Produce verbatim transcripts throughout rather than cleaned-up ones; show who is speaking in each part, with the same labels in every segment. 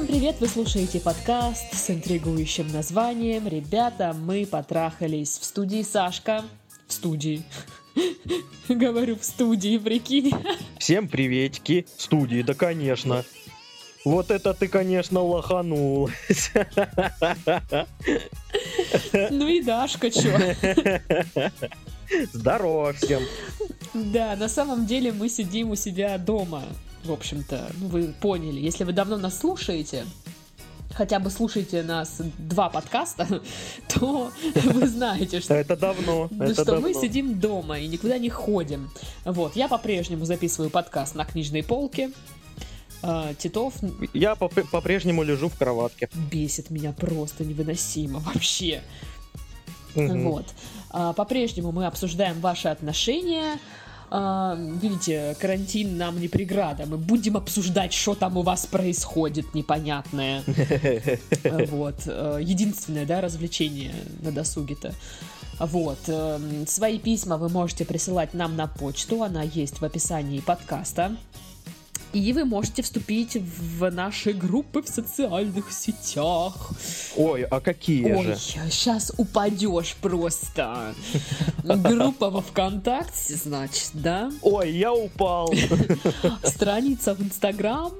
Speaker 1: привет! Вы слушаете подкаст с интригующим названием «Ребята, мы потрахались». В студии Сашка. В студии. Говорю, в студии, прикинь.
Speaker 2: Всем приветики. В студии, да, конечно. Вот это ты, конечно, лоханул.
Speaker 1: Ну и Дашка, чё?
Speaker 2: Здорово всем.
Speaker 1: Да, на самом деле мы сидим у себя дома. В общем-то, ну вы поняли. Если вы давно нас слушаете, хотя бы слушаете нас два подкаста, то вы знаете, что,
Speaker 2: это давно,
Speaker 1: ну,
Speaker 2: это
Speaker 1: что
Speaker 2: давно.
Speaker 1: мы сидим дома и никуда не ходим. Вот, я по-прежнему записываю подкаст на книжной полке. А, Титов...
Speaker 2: Я по- по-прежнему лежу в кроватке.
Speaker 1: Бесит меня просто невыносимо вообще.
Speaker 2: Угу.
Speaker 1: Вот. А, по-прежнему мы обсуждаем ваши отношения. А, видите, карантин нам не преграда. Мы будем обсуждать, что там у вас происходит непонятное. Вот. Единственное, да, развлечение на досуге-то. Вот. Свои письма вы можете присылать нам на почту. Она есть в описании подкаста. И вы можете вступить в наши группы в социальных сетях.
Speaker 2: Ой, а какие
Speaker 1: Ой,
Speaker 2: же?
Speaker 1: сейчас упадешь просто. Группа во ВКонтакте, значит, да?
Speaker 2: Ой, я упал.
Speaker 1: Страница в Инстаграм,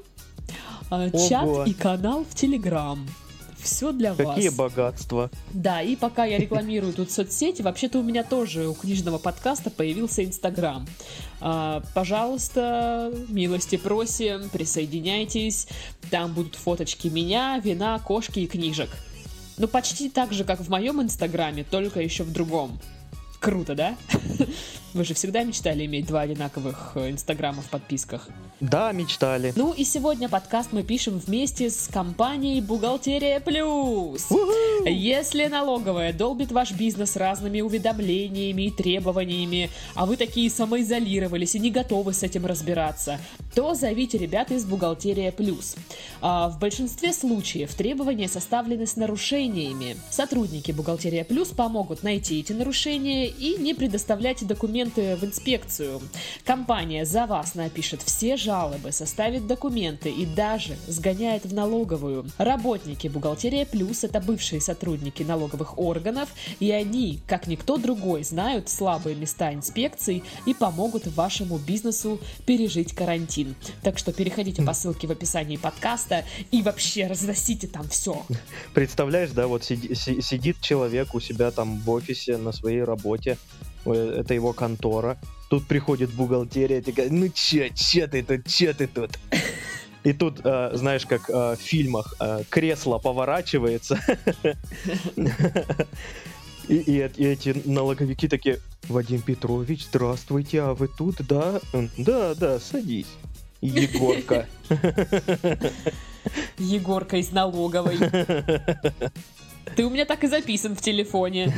Speaker 1: чат и канал в Телеграм. Все для вас.
Speaker 2: Какие богатства.
Speaker 1: Да, и пока я рекламирую тут соцсети, вообще-то у меня тоже у книжного подкаста появился Инстаграм. А, пожалуйста, милости просим, присоединяйтесь. Там будут фоточки меня, вина, кошки и книжек. Ну, почти так же, как в моем Инстаграме, только еще в другом. Круто, да? Вы же всегда мечтали иметь два одинаковых Инстаграма в подписках.
Speaker 2: Да, мечтали.
Speaker 1: Ну и сегодня подкаст мы пишем вместе с компанией «Бухгалтерия Плюс».
Speaker 2: У-ху!
Speaker 1: Если налоговая долбит ваш бизнес разными уведомлениями и требованиями, а вы такие самоизолировались и не готовы с этим разбираться, то зовите ребят из «Бухгалтерия Плюс». А в большинстве случаев требования составлены с нарушениями. Сотрудники «Бухгалтерия Плюс» помогут найти эти нарушения и не предоставлять документы в инспекцию. Компания за вас напишет все жалобы, составит документы и даже сгоняет в налоговую. Работники «Бухгалтерия Плюс» — это бывшие сотрудники налоговых органов, и они, как никто другой, знают слабые места инспекций и помогут вашему бизнесу пережить карантин. Так что переходите по ссылке в описании подкаста и вообще разносите там все.
Speaker 2: Представляешь, да, вот сиди- си- сидит человек у себя там в офисе на своей работе, это его контора, тут приходит бухгалтерия, такая, ну чё, чё ты тут, чё ты тут? И тут, э, знаешь, как э, в фильмах, э, кресло поворачивается, и, и, и эти налоговики такие, Вадим Петрович, здравствуйте, а вы тут, да? Да, да, садись. Егорка.
Speaker 1: Егорка из налоговой. Ты у меня так и записан в телефоне.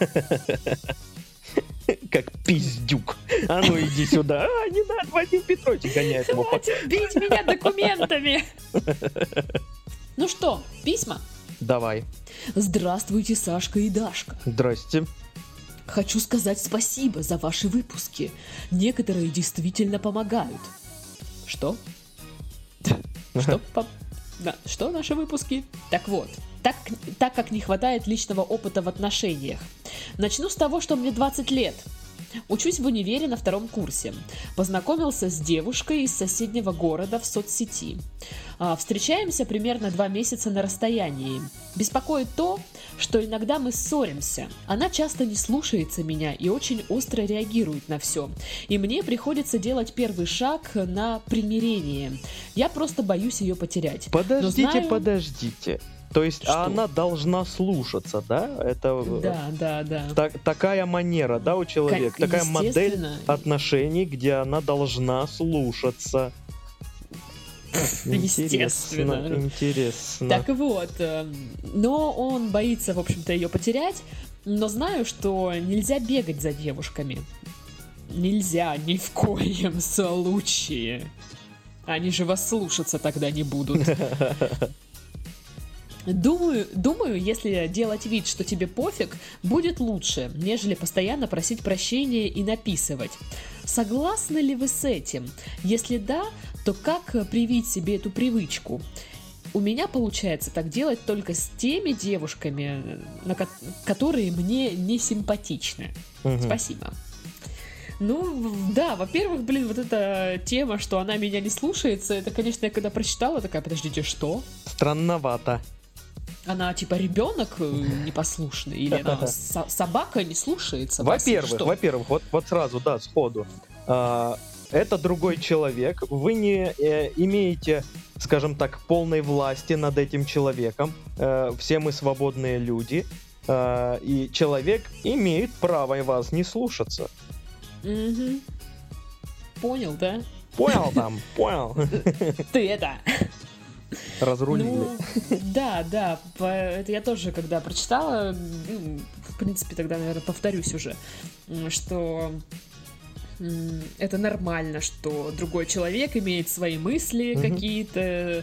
Speaker 2: Как пиздюк. А ну иди сюда. А, не надо, Вадим Петрович гоняет его.
Speaker 1: Хватит бить меня документами. Ну что, письма?
Speaker 2: Давай.
Speaker 1: Здравствуйте, Сашка и Дашка.
Speaker 2: Здрасте.
Speaker 1: Хочу сказать спасибо за ваши выпуски. Некоторые действительно помогают. Что? Что? По- да, что наши выпуски? Так вот, так, так как не хватает личного опыта в отношениях. Начну с того, что мне двадцать лет. Учусь в универе на втором курсе. Познакомился с девушкой из соседнего города в соцсети. А, встречаемся примерно два месяца на расстоянии. Беспокоит то, что иногда мы ссоримся. Она часто не слушается меня и очень остро реагирует на все. И мне приходится делать первый шаг на примирение. Я просто боюсь ее потерять.
Speaker 2: Подождите,
Speaker 1: знаю...
Speaker 2: подождите. То есть
Speaker 1: Что?
Speaker 2: она должна слушаться, да? Это
Speaker 1: Да, да, да.
Speaker 2: та- такая манера, да, у человека,
Speaker 1: Как-
Speaker 2: такая модель
Speaker 1: естественно.
Speaker 2: отношений, где она должна слушаться.
Speaker 1: Естественно.
Speaker 2: Интересно, интересно.
Speaker 1: Так вот, э, но он боится, в общем-то, ее потерять, но знаю, что нельзя бегать за девушками. Нельзя ни в коем случае. Они же вас слушаться тогда не будут. Думаю, думаю, если делать вид, что тебе пофиг, будет лучше, нежели постоянно просить прощения и написывать. Согласны ли вы с этим? Если да, то как привить себе эту привычку? у меня получается так делать только с теми девушками, на ко- которые мне не симпатичны.
Speaker 2: Мгм.
Speaker 1: Спасибо. Ну, да, во-первых, блин, вот эта тема, что она меня не слушается, это, конечно, я когда прочитала, такая, подождите, что?
Speaker 2: Странновато.
Speaker 1: Она, типа, ребенок э, непослушный? Или она со- собака не слушается? вас?
Speaker 2: Во-первых,
Speaker 1: Что?
Speaker 2: во-первых, вот, вот сразу, да, сходу. А, это другой человек. Вы не э, имеете, скажем так, полной власти над этим человеком. Э, все мы свободные люди. Э, и человек имеет право вас не слушаться.
Speaker 1: Мгм. Понял, да?
Speaker 2: Понял там? Понял.
Speaker 1: Ты это...
Speaker 2: Разрулили.
Speaker 1: Ну, да, да, по- это я тоже, когда прочитала, ну, в принципе, тогда, наверное, повторюсь уже, м, что м, это нормально, что другой человек имеет свои мысли
Speaker 2: Мгм.
Speaker 1: какие-то, э,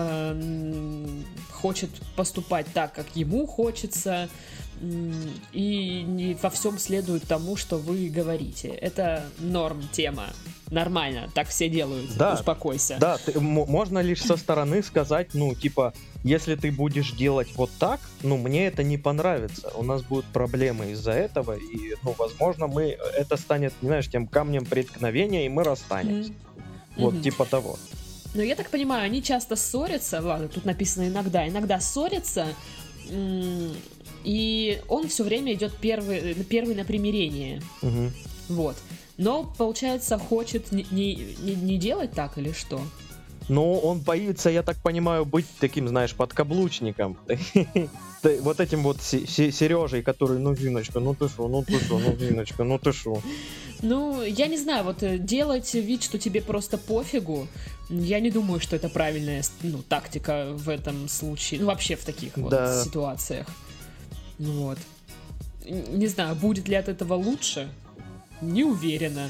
Speaker 1: м, хочет поступать так, как ему хочется, м, и не во всем следует тому, что вы говорите. Это норм тема. Нормально, так все делают.
Speaker 2: Да.
Speaker 1: Успокойся.
Speaker 2: Да, ты- м- можно лишь со стороны сказать, ну, типа, если ты будешь делать вот так, ну, мне это не понравится. У нас будут проблемы из-за этого, и, ну, возможно, мы это станет, знаешь, тем камнем преткновения, и мы расстанемся.
Speaker 1: Мгм.
Speaker 2: Вот,
Speaker 1: Мгм.
Speaker 2: типа того.
Speaker 1: Но я так понимаю, они часто ссорятся, ладно, тут написано иногда, иногда ссорятся, м, и он все время идет первый, первый на примирение,
Speaker 2: Мгм.
Speaker 1: вот. Но, получается, хочет не, не, не- не делать так или что?
Speaker 2: Но он боится, я так понимаю, быть таким, знаешь, подкаблучником. Ты- Вот этим вот Сережей, который, ну, Зиночка, ну ты шо, ну ты шо, ну, Зиночка, ну ты шо.
Speaker 1: Ну, я не знаю, вот э, делать вид, что тебе просто пофигу, я не думаю, что это правильная, ну, тактика в этом случае, ну, вообще в таких вот
Speaker 2: Да.
Speaker 1: ситуациях. Ну вот. Н- Не знаю, будет ли от этого лучше, не уверена.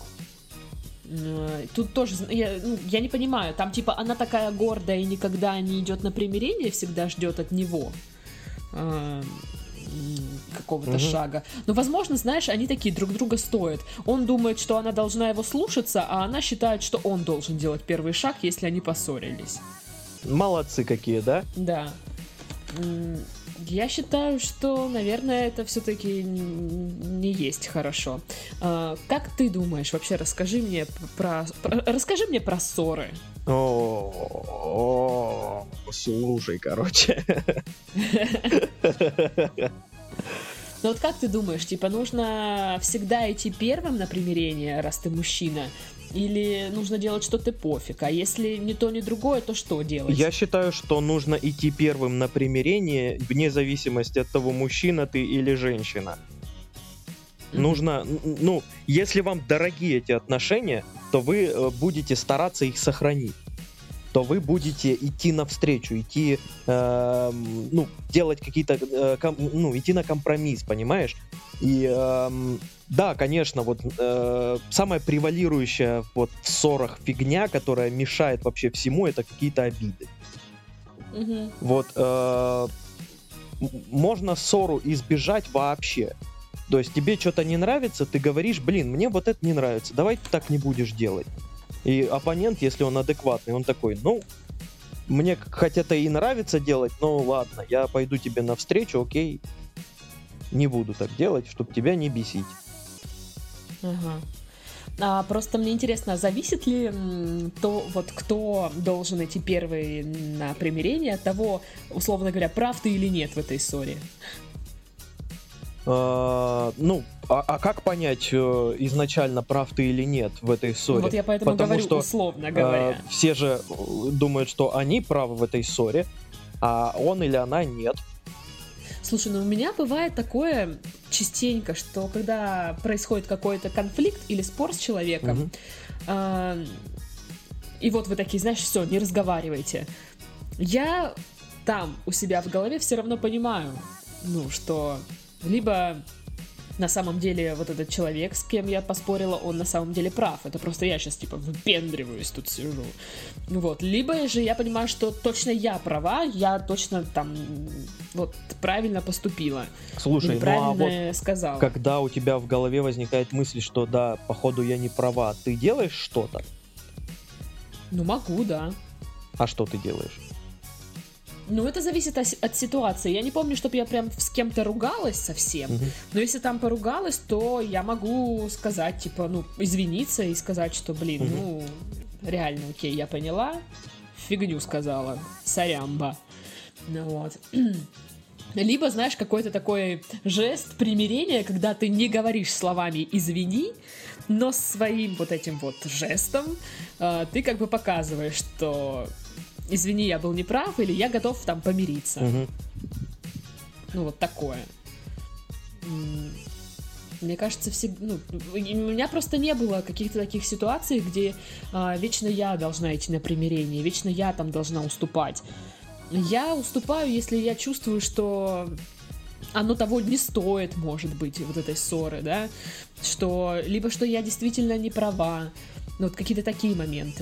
Speaker 1: Э, Тут тоже, зн- я, ну, я не понимаю, там типа она такая гордая и никогда не идет на примирение, всегда ждет от него э, м, какого-то
Speaker 2: Мгм.
Speaker 1: шага. Но, возможно, знаешь, они такие друг друга стоят. Он думает, что она должна его слушаться, а она считает, что он должен делать первый шаг, если они поссорились.
Speaker 2: Молодцы какие, да?
Speaker 1: Да. М, Я считаю, что, наверное, это все-таки не есть хорошо. А, Как ты думаешь, вообще расскажи мне про, про- расскажи мне про ссоры.
Speaker 2: О, слушай, короче.
Speaker 1: Ну вот как ты думаешь, типа нужно всегда идти первым на примирение, раз ты мужчина, или нужно делать что-то пофиг, а если ни то, ни другое, то что делать?
Speaker 2: Я считаю, что нужно идти первым на примирение, вне зависимости от того, мужчина ты или женщина.
Speaker 1: Мгм.
Speaker 2: Нужно, н- ну, если вам дорогие эти отношения, то вы э, будете стараться их сохранить. То вы будете идти навстречу, идти, эм, ну, делать какие-то, э, ком- ну, идти на компромисс, понимаешь? И эм, да, конечно, вот э, самая превалирующая вот в ссорах фигня, которая мешает вообще всему, это какие-то обиды.
Speaker 1: Мгм.
Speaker 2: Вот э, м- можно ссору избежать вообще. То есть тебе что-то не нравится, ты говоришь, блин, мне вот это не нравится, давай ты так не будешь делать. И оппонент, если он адекватный, он такой, ну, мне к- хоть это и нравится делать, но ладно, я пойду тебе навстречу, окей, не буду так делать, чтобы тебя не бесить.
Speaker 1: Ага. А, просто мне интересно, а зависит ли м, то, вот кто должен идти первый на примирение от того, условно говоря, прав ты или нет в этой ссоре?
Speaker 2: А, ну, а, а как понять э, изначально, прав ты или нет в этой ссоре?
Speaker 1: Вот я поэтому
Speaker 2: Потому
Speaker 1: говорю,
Speaker 2: что,
Speaker 1: условно
Speaker 2: А,
Speaker 1: говоря.
Speaker 2: все же э, думают, что они правы в этой ссоре, а он или она нет.
Speaker 1: Слушай, ну у меня бывает такое частенько, что когда происходит какой-то конфликт или спор с человеком,
Speaker 2: Мгм.
Speaker 1: а, и вот вы такие, знаешь, все, не разговаривайте. Я там у себя в голове все равно понимаю, ну, что либо на самом деле вот этот человек, с кем я поспорила, он на самом деле прав. Это просто я сейчас типа выпендриваюсь, тут сижу. Вот. Либо же я понимаю, что точно я права, я точно там вот правильно поступила.
Speaker 2: Слушай,
Speaker 1: Или
Speaker 2: ну а вот
Speaker 1: правильно сказала.
Speaker 2: когда у тебя в голове возникает мысль, что да, походу я не права, ты делаешь что-то?
Speaker 1: Ну, могу, да.
Speaker 2: А что ты делаешь?
Speaker 1: Ну, это зависит от, от ситуации. Я не помню, чтобы я прям с кем-то ругалась совсем.
Speaker 2: Мгм.
Speaker 1: Но если там поругалась, то я могу сказать, типа, ну, извиниться и сказать, что, блин,
Speaker 2: Мгм.
Speaker 1: ну, реально, окей, я поняла, фигню сказала, сорямба. Ну вот. Либо, знаешь, какой-то такой жест примирения, когда ты не говоришь словами «извини», но своим вот этим вот жестом э, ты как бы показываешь, что «извини, я был неправ», или «я готов там помириться».
Speaker 2: Мгм.
Speaker 1: Ну, вот такое. М, Мне кажется, всегда... Ну, у меня просто не было каких-то таких ситуаций, где а, вечно я должна идти на примирение, вечно я там должна уступать. Я уступаю, если я чувствую, что оно того не стоит, может быть, вот этой ссоры, да, что... Либо что я действительно не права. Ну, вот какие-то такие моменты.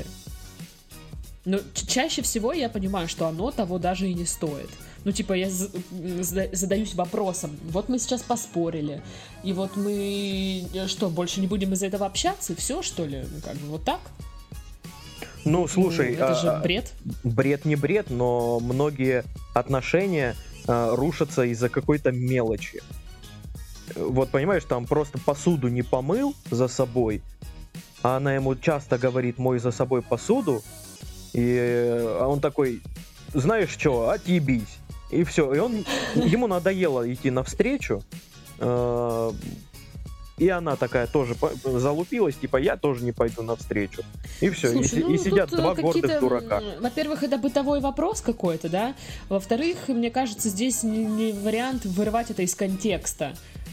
Speaker 1: Но ч- чаще всего я понимаю, что оно того даже и не стоит. Ну, типа, я з- зада- задаюсь вопросом, вот мы сейчас поспорили, и вот мы, э, что, больше не будем из-за этого общаться, и все, что ли? Ну, как бы вот так?
Speaker 2: Ну, слушай,
Speaker 1: Ну, это же
Speaker 2: а,
Speaker 1: бред.
Speaker 2: бред не бред, но многие отношения а, рушатся из-за какой-то мелочи. Вот понимаешь, там просто посуду не помыл за собой, а она ему часто говорит: мой за собой посуду, и а он такой: знаешь что, отъебись. И все, и он, ему надоело идти навстречу, э, и она такая тоже по- залупилась, типа я тоже не пойду навстречу. И все, и,
Speaker 1: Слушай,
Speaker 2: си-
Speaker 1: ну,
Speaker 2: и сидят
Speaker 1: тут, э,
Speaker 2: два гордых
Speaker 1: какие-то,
Speaker 2: дурака.
Speaker 1: м, Во-первых, это бытовой вопрос какой-то, да? Во-вторых, мне кажется, здесь не, не вариант вырывать это из контекста.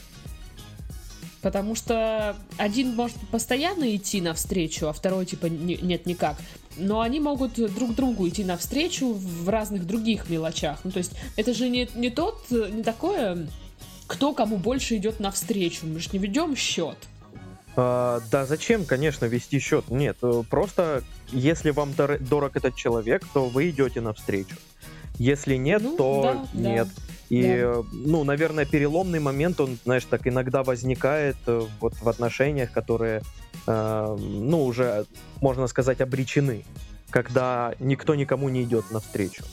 Speaker 1: Потому что один может постоянно идти навстречу, а второй, типа, не- нет, никак. Но они могут друг другу идти навстречу в разных других мелочах. Ну, то есть, это же не, не тот, не такое, кто кому больше идет навстречу. Мы же не ведем счет.
Speaker 2: А, да зачем, конечно, вести счет? Нет, э, просто если вам дор- дорог этот человек, то вы идете навстречу. Если нет,
Speaker 1: Ну,
Speaker 2: то
Speaker 1: да, да,
Speaker 2: нет. И,
Speaker 1: да.
Speaker 2: э, ну, наверное, переломный момент, он, знаешь, так иногда возникает э, вот в отношениях, которые, э, ну, уже, можно сказать, обречены, когда никто никому не идет навстречу.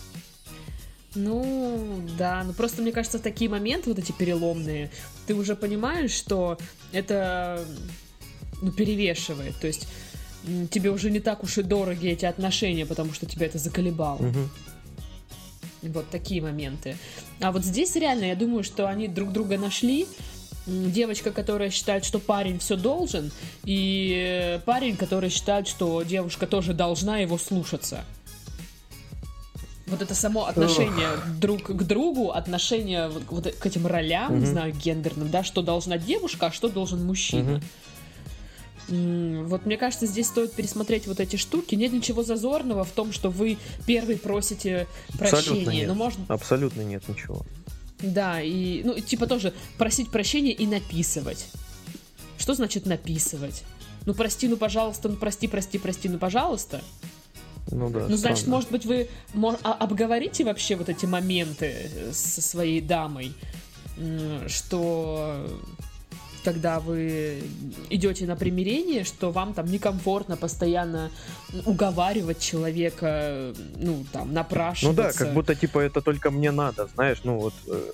Speaker 1: Ну, да, ну просто мне кажется, в такие моменты, вот эти переломные, ты уже понимаешь, что это, ну, перевешивает. То есть м, тебе уже не так уж и дороги эти отношения, потому что тебя это заколебало.
Speaker 2: Мгм.
Speaker 1: Вот такие моменты. А вот здесь реально, я думаю, что они друг друга нашли. М, Девочка, которая считает, что парень все должен, и э, парень, который считает, что девушка тоже должна его слушаться. Вот это само отношение друг к другу, отношение вот, вот к этим ролям, не
Speaker 2: Мгм.
Speaker 1: знаю, гендерным, да, что должна девушка, а что должен мужчина. М, Вот мне кажется, здесь стоит пересмотреть вот эти штуки. Нет ничего зазорного в том, что вы первый просите
Speaker 2: Абсолютно
Speaker 1: прощения.
Speaker 2: нет.
Speaker 1: Но может,
Speaker 2: Абсолютно нет ничего.
Speaker 1: да, и, ну, типа тоже просить прощения и написывать. Что значит написывать? Ну, прости, ну, пожалуйста, ну, прости, прости, прости, ну, пожалуйста.
Speaker 2: Ну да,
Speaker 1: Ну, значит,
Speaker 2: странно.
Speaker 1: может быть, вы мо- а- обговорите вообще вот эти моменты со своей дамой, м, что когда вы идете на примирение, что вам там некомфортно постоянно уговаривать человека, ну, там,
Speaker 2: Ну
Speaker 1: напрашиваться.
Speaker 2: да, как будто типа это только мне надо, знаешь, ну вот. э,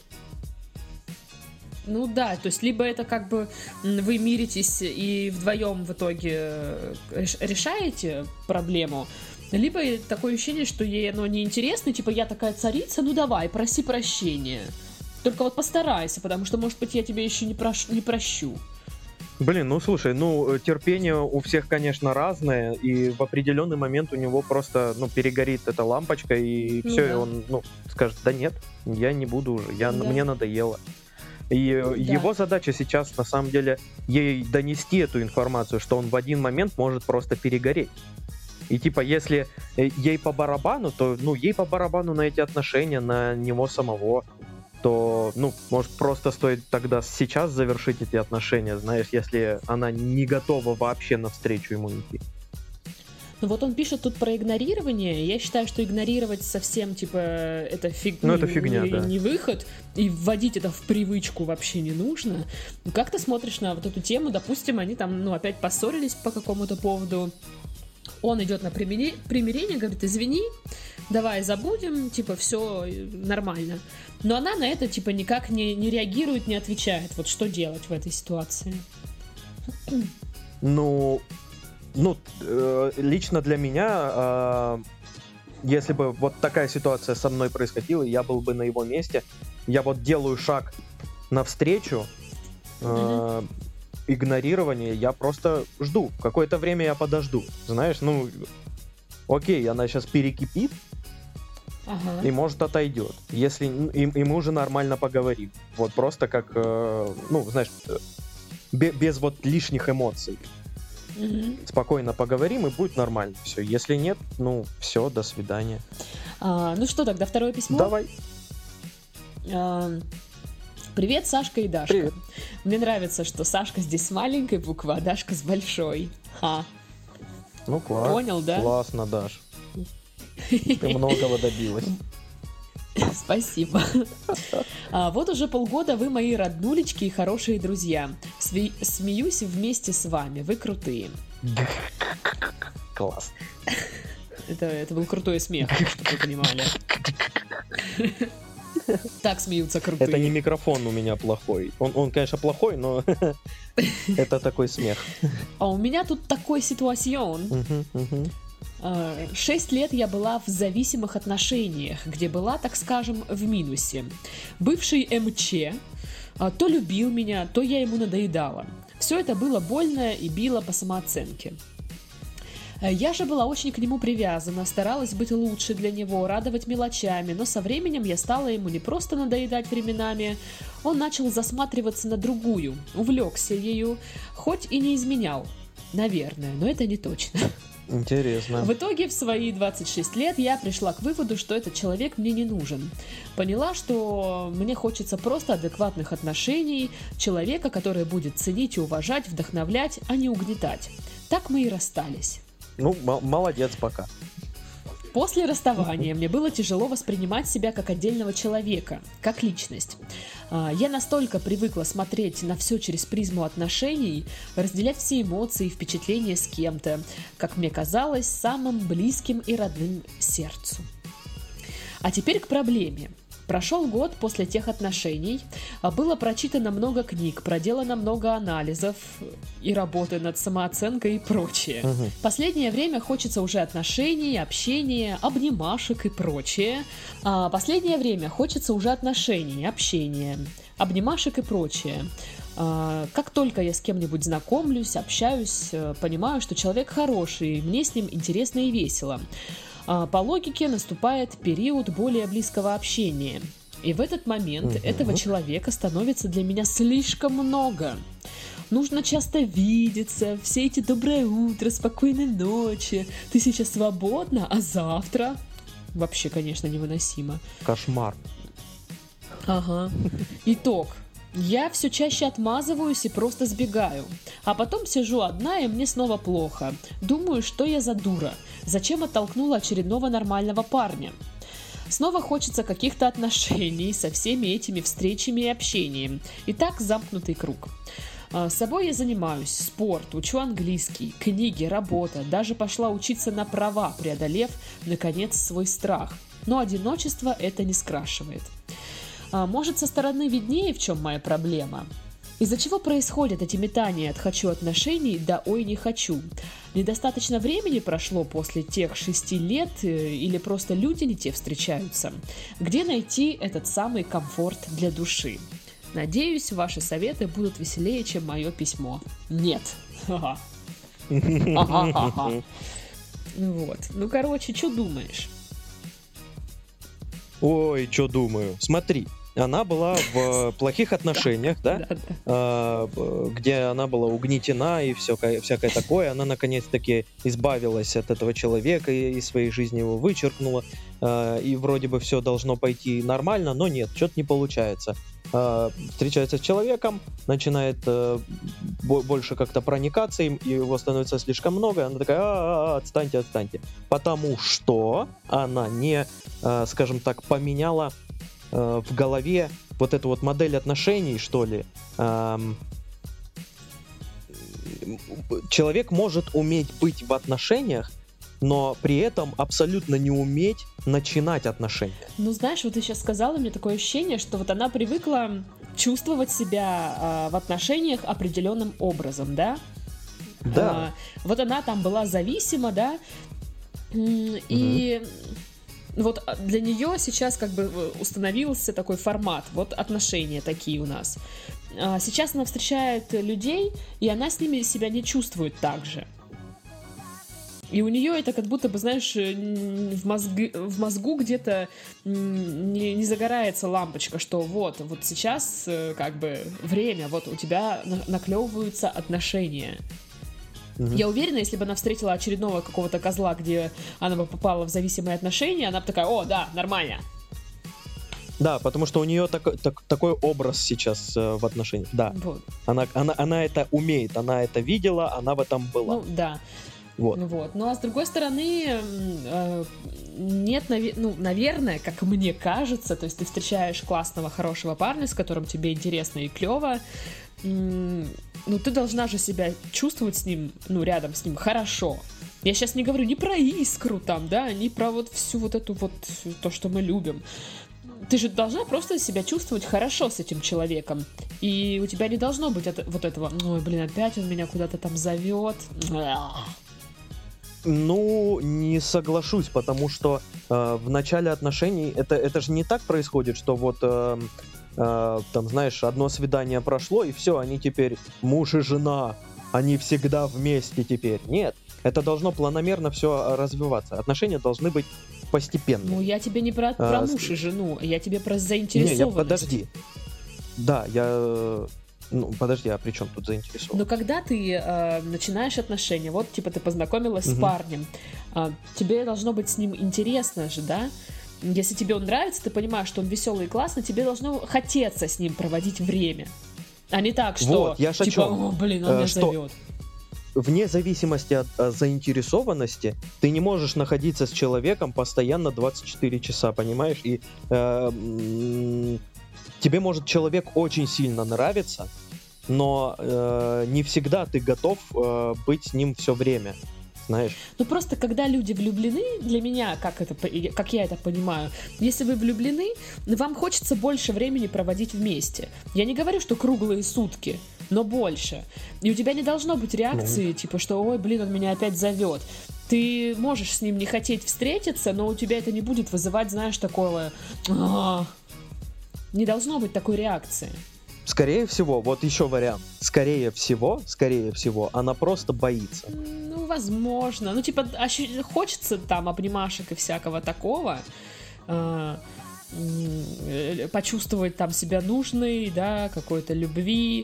Speaker 1: Ну да, то есть либо это как бы м, вы миритесь и вдвоем в итоге э, реш- решаете проблему, либо и такое ощущение, что ей оно неинтересно, типа я такая царица, ну давай, проси прощения. Только вот постарайся, потому что, может быть, я тебе еще не, прош- не прощу.
Speaker 2: Блин, ну слушай, ну э, терпение у всех, конечно, разное, и в определенный момент у него просто, ну, перегорит эта лампочка, и
Speaker 1: Ну
Speaker 2: все, и
Speaker 1: да.
Speaker 2: он, ну, скажет: да нет, я не буду уже, я,
Speaker 1: Да.
Speaker 2: мне надоело. И э,
Speaker 1: Да.
Speaker 2: его задача сейчас, на самом деле, ей донести эту информацию, что он в один момент может просто перегореть. И типа, если э, ей по барабану, то, ну, ей по барабану на эти отношения, на него самого, то, ну, может, просто стоит тогда сейчас завершить эти отношения, знаешь, если она не готова вообще навстречу ему идти.
Speaker 1: Ну вот он пишет тут про игнорирование. Я считаю, что игнорировать совсем, типа, это, фиг...
Speaker 2: Ну, это фигня,
Speaker 1: не,
Speaker 2: да.
Speaker 1: не выход. И вводить это в привычку вообще не нужно. Ну, как ты смотришь на вот эту тему? Допустим, они там, ну, опять поссорились по какому-то поводу. Он идет на примири- примирение, говорит, извини, давай забудем, типа, все нормально. Но она на это, типа, никак не, не реагирует, не отвечает. Вот что делать в этой ситуации?
Speaker 2: Ну, ну э, лично для меня, э, если бы вот такая ситуация со мной происходила, я был бы на его месте, я вот делаю шаг навстречу, э, mm-hmm. игнорирование, я просто жду. Какое-то время я подожду. Знаешь, ну, окей, она сейчас перекипит, ага. и может отойдет. Если и, и мы уже нормально поговорим. Вот просто как, э, ну, знаешь, без, без вот лишних эмоций. Mm-hmm. Спокойно поговорим, и будет нормально все. Если нет, ну, все, до свидания.
Speaker 1: А, ну что, тогда второе письмо?
Speaker 2: Давай.
Speaker 1: А, привет, Сашка и Дашка.
Speaker 2: Привет.
Speaker 1: Мне нравится, что Сашка здесь с маленькой буквы, а Дашка с большой. Ха.
Speaker 2: Ну, класс.
Speaker 1: Понял, да?
Speaker 2: Классно, Даш. Ты многого добилась.
Speaker 1: Спасибо. А, вот уже полгода вы мои роднулечки и хорошие друзья. Сме- смеюсь вместе с вами. Вы крутые.
Speaker 2: Класс.
Speaker 1: Это, это был крутой смех, чтобы вы понимали. Так смеются крутые.
Speaker 2: Это не микрофон у меня плохой. Он, он конечно, плохой, но это такой смех.
Speaker 1: А у меня тут такой ситуацион. Шесть лет я была в зависимых отношениях, где была, так скажем, в минусе. Бывший МЧ то любил меня, то я ему надоедала. Все это было больно и било по самооценке. Я же была очень к нему привязана, старалась быть лучше для него, радовать мелочами, но со временем я стала ему не просто надоедать временами, он начал засматриваться на другую, увлекся ею, хоть и не изменял. Наверное, но это не точно.
Speaker 2: Интересно.
Speaker 1: В итоге в свои двадцать шесть лет я пришла к выводу, что этот человек мне не нужен. Поняла, что мне хочется просто адекватных отношений, человека, который будет ценить и уважать, вдохновлять, а не угнетать. Так мы и расстались.
Speaker 2: Ну, м- молодец пока.
Speaker 1: После расставания мне было тяжело воспринимать себя как отдельного человека, как личность. Я настолько привыкла смотреть на все через призму отношений, разделять все эмоции и впечатления с кем-то, как мне казалось, самым близким и родным сердцу. А теперь к проблеме. Прошел год после тех отношений, было прочитано много книг, проделано много анализов и работы над самооценкой и прочее. Угу. Последнее время хочется уже отношений, общения, обнимашек и прочее. А последнее время хочется уже отношений, общения, обнимашек и прочее. А, как только я с кем-нибудь знакомлюсь, общаюсь, понимаю, что человек хороший, мне с ним интересно и весело. По логике наступает период более близкого общения. И в этот момент uh-huh. этого человека становится для меня слишком много. Нужно часто видеться, все эти доброе утро, спокойной ночи. Ты сейчас свободна, а завтра? Вообще, конечно, невыносимо.
Speaker 2: Кошмар.
Speaker 1: Ага. Итог. Я все чаще отмазываюсь и просто сбегаю. А потом сижу одна, и мне снова плохо. Думаю, что я за дура. Зачем оттолкнула очередного нормального парня? Снова хочется каких-то отношений со всеми этими встречами и общением. И так замкнутый круг. С собой я занимаюсь, спорт, учу английский, книги, работа. Даже пошла учиться на права, преодолев, наконец, свой страх. Но одиночество это не скрашивает. Может, со стороны виднее, в чем моя проблема? Из-за чего происходят эти метания от «хочу отношений» до «ой, не хочу»? Недостаточно времени прошло после тех шести лет или просто люди не те встречаются? Где найти этот самый комфорт для души? Надеюсь, ваши советы будут веселее, чем мое письмо. Нет. Вот. Ну, короче, что думаешь?
Speaker 2: Ой, что думаю? Смотри. Она была в плохих отношениях, да, где она была угнетена и все, всякое такое. Она наконец-таки избавилась от этого человека и из своей жизни его вычеркнула. И вроде бы все должно пойти нормально, но нет, что-то не получается. Встречается с человеком, начинает больше как-то проникаться, и его становится слишком много. Она такая: а-а-а, отстаньте, отстаньте. Потому что она не, скажем так, поменяла в голове вот эту вот модель отношений, что ли. Человек может уметь быть в отношениях но при этом абсолютно не уметь начинать отношения.
Speaker 1: Ну, знаешь, вот ты сейчас сказала, у меня такое ощущение, что вот она привыкла чувствовать себя а, в отношениях определенным образом, да?
Speaker 2: Да.
Speaker 1: А, вот она там была зависима, да? И угу. вот для нее сейчас как бы установился такой формат, вот отношения такие у нас. А сейчас она встречает людей, и она с ними себя не чувствует так же. И у нее это как будто бы, знаешь, в, мозги, в мозгу где-то не, не загорается лампочка, что вот, вот сейчас как бы время, вот у тебя наклевываются отношения. Mm-hmm. Я уверена, если бы она встретила очередного какого-то козла, где она бы попала в зависимые отношения, она бы такая: о, да, нормально.
Speaker 2: Да, потому что у нее так, так, такой образ сейчас э, в отношениях. Да. Вот. Она, она, она это умеет, она это видела, она в этом была.
Speaker 1: Ну, да.
Speaker 2: Вот.
Speaker 1: Вот. Ну а с другой стороны, э, нет, наве- ну, наверное, как мне кажется, то есть ты встречаешь классного, хорошего парня, с которым тебе интересно и клево, м- ну ты должна же себя чувствовать с ним, ну рядом с ним хорошо. Я сейчас не говорю не про искру там, да, не про вот всю вот эту вот, то, что мы любим. Ты же должна просто себя чувствовать хорошо с этим человеком. И у тебя не должно быть это, вот этого: ой, блин, опять он меня куда-то там зовет.
Speaker 2: Ну, не соглашусь, потому что э, в начале отношений это, это же не так происходит, что вот, э, э, там, знаешь, одно свидание прошло, и все, они теперь муж и жена, они всегда вместе теперь. Нет, это должно планомерно все развиваться. Отношения должны быть постепенно.
Speaker 1: Ну, я тебе не про, про а, муж и жену, я тебе про заинтересованность.
Speaker 2: Не, я, подожди. Да, я... Ну, подожди, а при чем тут заинтересован?
Speaker 1: Но когда ты э, начинаешь отношения, вот, типа, ты познакомилась угу. с парнем, э, тебе должно быть с ним интересно же, да? Если тебе он нравится, ты понимаешь, что он веселый и классный, тебе должно хотеться с ним проводить время. А не так, что,
Speaker 2: вот, я
Speaker 1: типа, о, блин, он
Speaker 2: э,
Speaker 1: меня
Speaker 2: что...
Speaker 1: зовет.
Speaker 2: Вне зависимости от а, заинтересованности, ты не можешь находиться с человеком постоянно двадцать четыре часа, понимаешь? И э, м- тебе может человек очень сильно нравиться, но э, не всегда ты готов э, быть с ним все время, знаешь?
Speaker 1: Ну просто когда люди влюблены, для меня, как, это, как я это понимаю, если вы влюблены, вам хочется больше времени проводить вместе. Я не говорю, что круглые сутки, но больше. И у тебя не должно быть реакции, mm. типа, что ой, блин, он меня опять зовет. Ты можешь с ним не хотеть встретиться, но у тебя это не будет вызывать, знаешь, такого... А-а-а. Не должно быть такой реакции.
Speaker 2: Скорее всего, вот еще вариант. Скорее всего, скорее всего, она просто боится.
Speaker 1: Ну, возможно. Ну, типа, ощу- хочется там обнимашек и всякого такого. А- почувствовать там себя нужной, да, какой-то любви.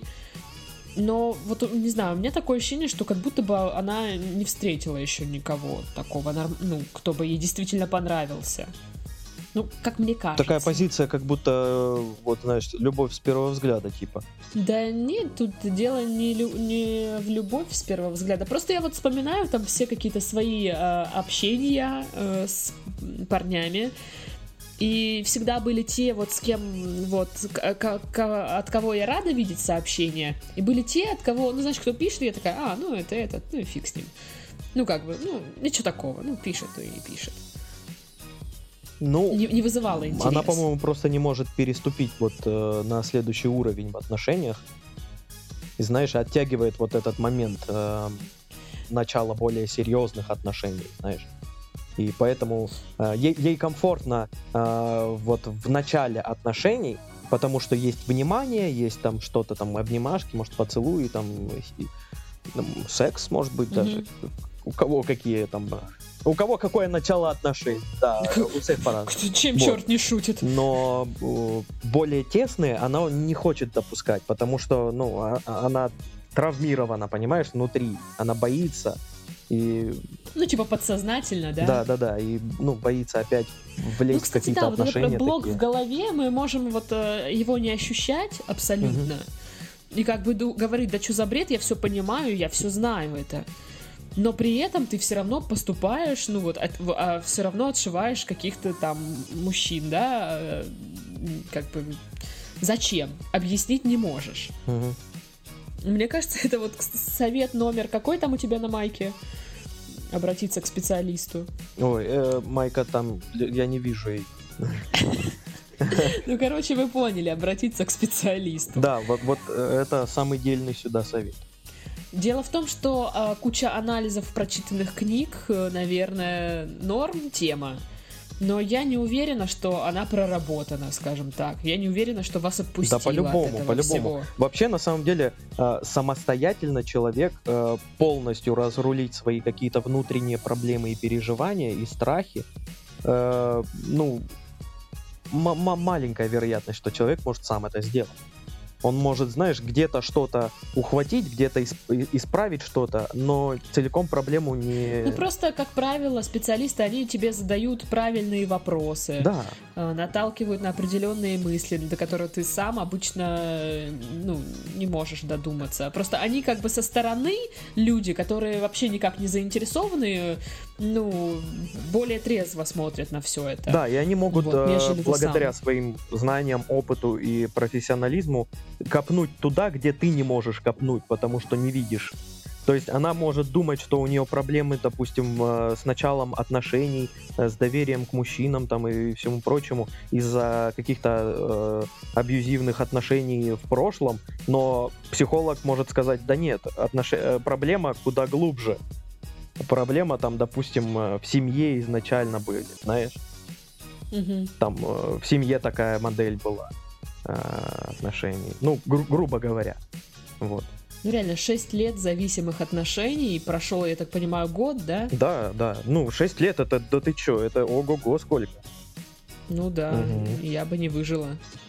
Speaker 1: Но вот, не знаю, у меня такое ощущение, что как будто бы она не встретила еще никого такого, ну, кто бы ей действительно понравился. Ну, как мне кажется.
Speaker 2: Такая позиция, как будто, вот, знаешь, любовь с первого взгляда, типа.
Speaker 1: Да нет, тут дело не, лю- не в любовь с первого взгляда. Просто я вот вспоминаю там все какие-то свои э, общения э, с парнями. И всегда были те, вот с кем, вот, к- к- к- от кого я рада видеть сообщения. И были те, от кого, ну, знаешь, кто пишет, и я такая: а, ну, это этот, ну, и фиг с ним. Ну, как бы, ну, ничего такого, ну, пишет, то и пишет.
Speaker 2: Ну,
Speaker 1: не, не вызывала интерес.
Speaker 2: Она, по-моему, просто не может переступить вот э, на следующий уровень в отношениях. И, знаешь, оттягивает вот этот момент э, начала более серьезных отношений, знаешь. И поэтому э, ей, ей комфортно э, вот в начале отношений, потому что есть внимание, есть там что-то там, обнимашки, может, поцелуи, там, и, там секс, может быть, mm-hmm. даже. У кого какие там... У кого какое начало отношений, да, у всех по-разному.
Speaker 1: Чем вот. Черт не шутит.
Speaker 2: Но э, более тесные она не хочет допускать, потому что, ну, а, она травмирована, понимаешь, внутри. Она боится и...
Speaker 1: Ну, типа подсознательно, да?
Speaker 2: Да, да, да, и, ну, боится опять влезть ну, кстати, в какие-то
Speaker 1: да,
Speaker 2: отношения.
Speaker 1: Вот этот блок
Speaker 2: такие.
Speaker 1: в голове, мы можем вот э, его не ощущать абсолютно. Угу. И как бы говорить: да что за бред, я все понимаю, я все знаю это. Но при этом ты все равно поступаешь, ну вот, от, а все равно отшиваешь каких-то там мужчин, да, как бы, зачем? Объяснить не можешь.
Speaker 2: Угу.
Speaker 1: Мне кажется, это вот совет номер, какой там у тебя на майке? Обратиться к специалисту.
Speaker 2: Ой, э, Майка там, я не вижу ей.
Speaker 1: Ну, короче, вы поняли, обратиться к специалисту.
Speaker 2: Да, вот, вот это самый дельный сюда совет.
Speaker 1: Дело в том, что э, куча анализов прочитанных книг, э, наверное, норм тема. Но я не уверена, что она проработана, скажем так. Я не уверена, что вас отпустило
Speaker 2: Да, по-любому,
Speaker 1: от этого
Speaker 2: по-любому.
Speaker 1: всего.
Speaker 2: Вообще, на самом деле, э, самостоятельно человек э, полностью разрулить свои какие-то внутренние проблемы и переживания, и страхи, э, ну, м- м- маленькая вероятность, что человек может сам это сделать. Он может, знаешь, где-то что-то ухватить, где-то исп- исправить что-то, но целиком проблему не...
Speaker 1: Ну, просто, как правило, специалисты, они тебе задают правильные вопросы,
Speaker 2: Да.
Speaker 1: э, наталкивают на определенные мысли, до которых ты сам обычно, э, ну, не можешь додуматься. Просто они как бы со стороны, люди, которые вообще никак не заинтересованы, ну, более трезво смотрят на все это.
Speaker 2: Да, и они могут,
Speaker 1: Вот,
Speaker 2: э,
Speaker 1: нежели ты
Speaker 2: благодаря
Speaker 1: сам.
Speaker 2: своим знаниям, опыту и профессионализму копнуть туда, где ты не можешь копнуть, потому что не видишь. То есть она может думать, что у нее проблемы, допустим, э, с началом отношений, э, с доверием к мужчинам там и всему прочему из-за каких-то э, абьюзивных отношений в прошлом, но психолог может сказать: да нет, отнош... э, проблема куда глубже. Проблема там, допустим, э, в семье изначально были, знаешь.
Speaker 1: Мгм.
Speaker 2: Там э, в семье такая модель была э, отношений. Ну, гру- грубо говоря. Вот.
Speaker 1: Ну, реально, шесть лет зависимых отношений, прошел, я так понимаю, год, да?
Speaker 2: Да, да. Ну, шесть лет, это, да ты чё, это ого-го сколько.
Speaker 1: Ну да,
Speaker 2: Мгм.
Speaker 1: я бы не выжила.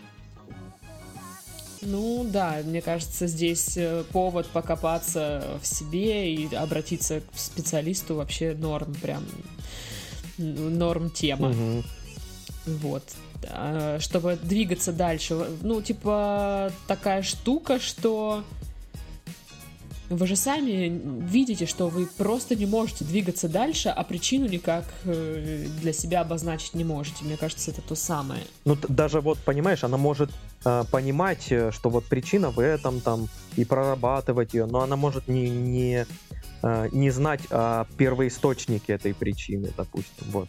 Speaker 1: Ну да, мне кажется, здесь э, повод покопаться в себе и обратиться к специалисту вообще норм, прям н- норм тема.
Speaker 2: Мгм.
Speaker 1: Вот. А, чтобы двигаться дальше. Ну, типа, такая штука, что вы же сами видите, что вы просто не можете двигаться дальше, а причину никак э, для себя обозначить не можете. Мне кажется, это то самое.
Speaker 2: Ну, т- даже вот, понимаешь, она может э, понимать, э, что вот причина в этом там, и прорабатывать ее, но она может не, не, э, не знать о первоисточнике этой причины, допустим, вот.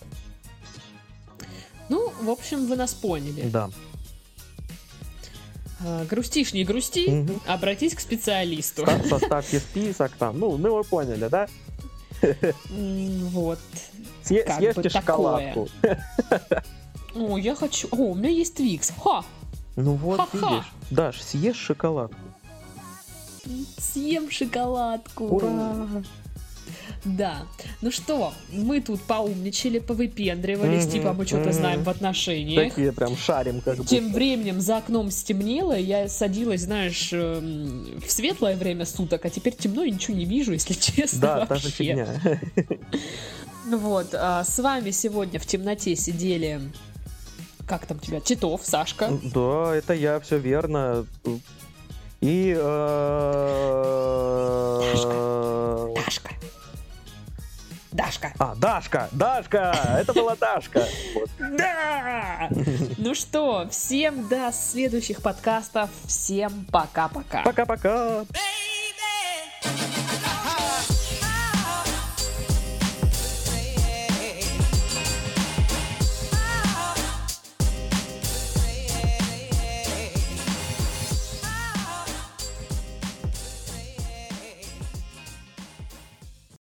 Speaker 1: Ну, в общем, вы нас поняли.
Speaker 2: Да.
Speaker 1: А, грустишь, не грусти,
Speaker 2: Мгм.
Speaker 1: обратись к специалисту.
Speaker 2: Ста- Составьте список там, ну, ну вы поняли, да?
Speaker 1: М, Вот.
Speaker 2: Съе-
Speaker 1: Как
Speaker 2: съешьте
Speaker 1: бы такое.
Speaker 2: шоколадку.
Speaker 1: О, я хочу... О, у меня есть Твикс. Ха!
Speaker 2: Ну вот,
Speaker 1: Ха-ха.
Speaker 2: видишь. Даш, съешь шоколадку.
Speaker 1: Съем шоколадку.
Speaker 2: Ура!
Speaker 1: Да. Ну что, мы тут поумничали, повыпендривались,
Speaker 2: Мгм,
Speaker 1: типа мы что-то
Speaker 2: мгм.
Speaker 1: знаем в отношениях.
Speaker 2: Такие прям шарим как будто.
Speaker 1: Тем временем за окном стемнело, и я садилась, знаешь, эм, в светлое время суток, а теперь темно и ничего не вижу, если честно.
Speaker 2: Да, та же
Speaker 1: вообще.
Speaker 2: фигня.
Speaker 1: Вот, а с вами сегодня в темноте сидели, как там тебя, Титов, Сашка.
Speaker 2: Да, это я, все верно. И... э,
Speaker 1: Дашка. Дашка.
Speaker 2: А, Дашка! Дашка! Это была Дашка! Вот.
Speaker 1: Да! Ну что, всем до следующих подкастов. Всем пока-пока.
Speaker 2: Пока-пока!
Speaker 3: Baby!